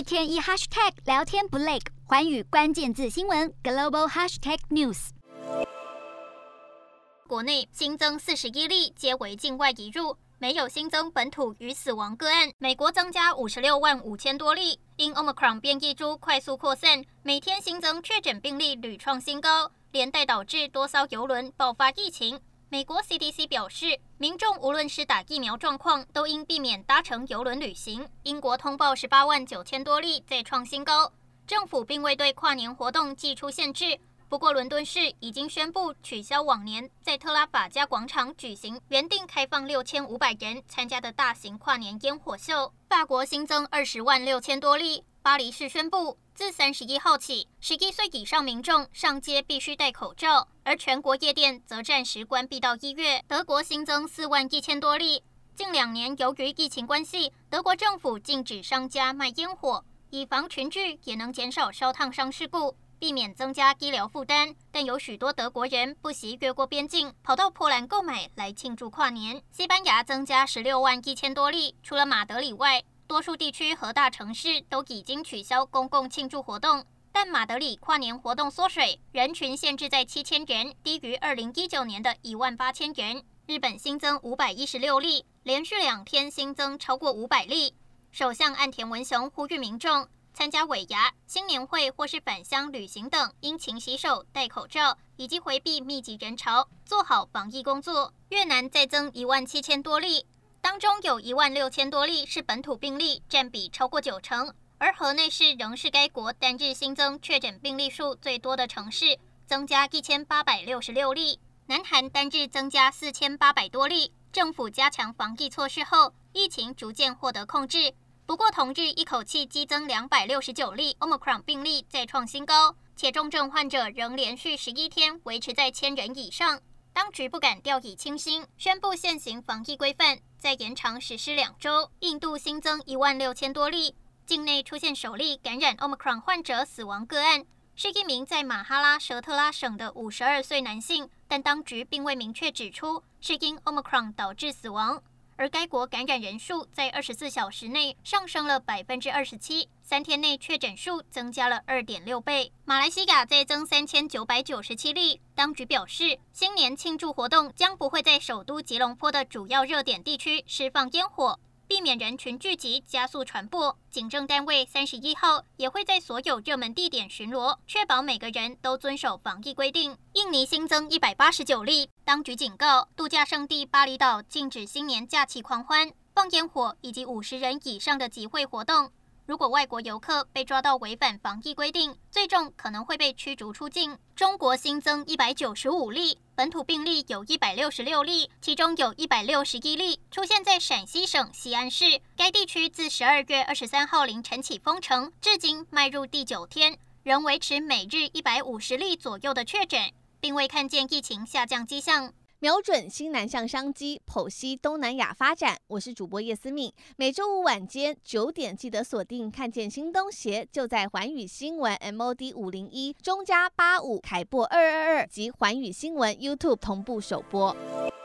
天一 hashtag 聊天不累，寰宇关键字新闻 global hashtag news。 国内新增41例，皆为境外移入，没有新增本土与死亡个案。美国增加56万5千多例，因 Omicron 变异株快速扩散，每天新增确诊病例屡创新高，连带导致多艘邮轮爆发疫情。美国 CDC 表示，民众无论是打疫苗状况，都应避免搭乘邮轮旅行。英国通报18万9千多例，再创新高。政府并未对跨年活动祭出限制，不过伦敦市已经宣布取消往年在特拉法加广场举行原定开放6500人参加的大型跨年烟火秀。法国新增20万6千多例。巴黎市宣布，自31号起，11岁以上民众上街必须戴口罩，而全国夜店则暂时关闭到1月。德国新增4万1千多例。近2年，由于疫情关系，德国政府禁止商家卖烟火，以防群聚，也能减少烧烫伤事故，避免增加医疗负担。但有许多德国人不惜越过边境，跑到波兰购买来庆祝跨年。西班牙增加16万1千多例，除了马德里外，多数地区和大城市都已经取消公共庆祝活动，但马德里跨年活动缩水，人群限制在7000人，低于2019年的18000人。日本新增516例，连续2天新增超过500例。首相岸田文雄呼吁民众参加尾牙、新年会或是返乡旅行等，应勤洗手、戴口罩，以及回避密集人潮，做好防疫工作。越南再增1万7千多例。当中有1万6千多例是本土病例，占比超过90%，而河内市仍是该国单日新增确诊病例数最多的城市，增加1866例。南韩单日增加4800多例，政府加强防疫措施后，疫情逐渐获得控制。不过同日一口气激增269例 Omicron 病例，再创新高，且重症患者仍连续11天维持在1000人以上。当局不敢掉以轻心，宣布现行防疫规范再延长实施2周。印度新增1万6千多例，境内出现首例感染 Omicron 患者死亡个案，是一名在马哈拉舍特拉省的52岁男性，但当局并未明确指出是因 Omicron 导致死亡。而该国感染人数在24小时内上升了27%，3天内确诊数增加了2.6倍。马来西亚再增3997例，当局表示，新年庆祝活动将不会在首都吉隆坡的主要热点地区释放烟火，避免人群聚集，加速传播。警政单位31号也会在所有热门地点巡逻，确保每个人都遵守防疫规定。印尼新增189例，当局警告度假胜地巴厘岛禁止新年假期狂欢、放烟火以及50人以上的集会活动。如果外国游客被抓到违反防疫规定，最重可能会被驱逐出境。中国新增195例，本土病例有166例，其中有161例出现在陕西省西安市。该地区自12月23号凌晨起封城，至今迈入第9天，仍维持每日150例左右的确诊，并未看见疫情下降迹象。 瞄准新南向商机，剖析东南亚发展。我是主播叶思敏，每周五晚间9点记得锁定，看见新东协就在寰宇新闻 MOD 501中加85凯播222及寰宇新闻 YouTube 同步首播。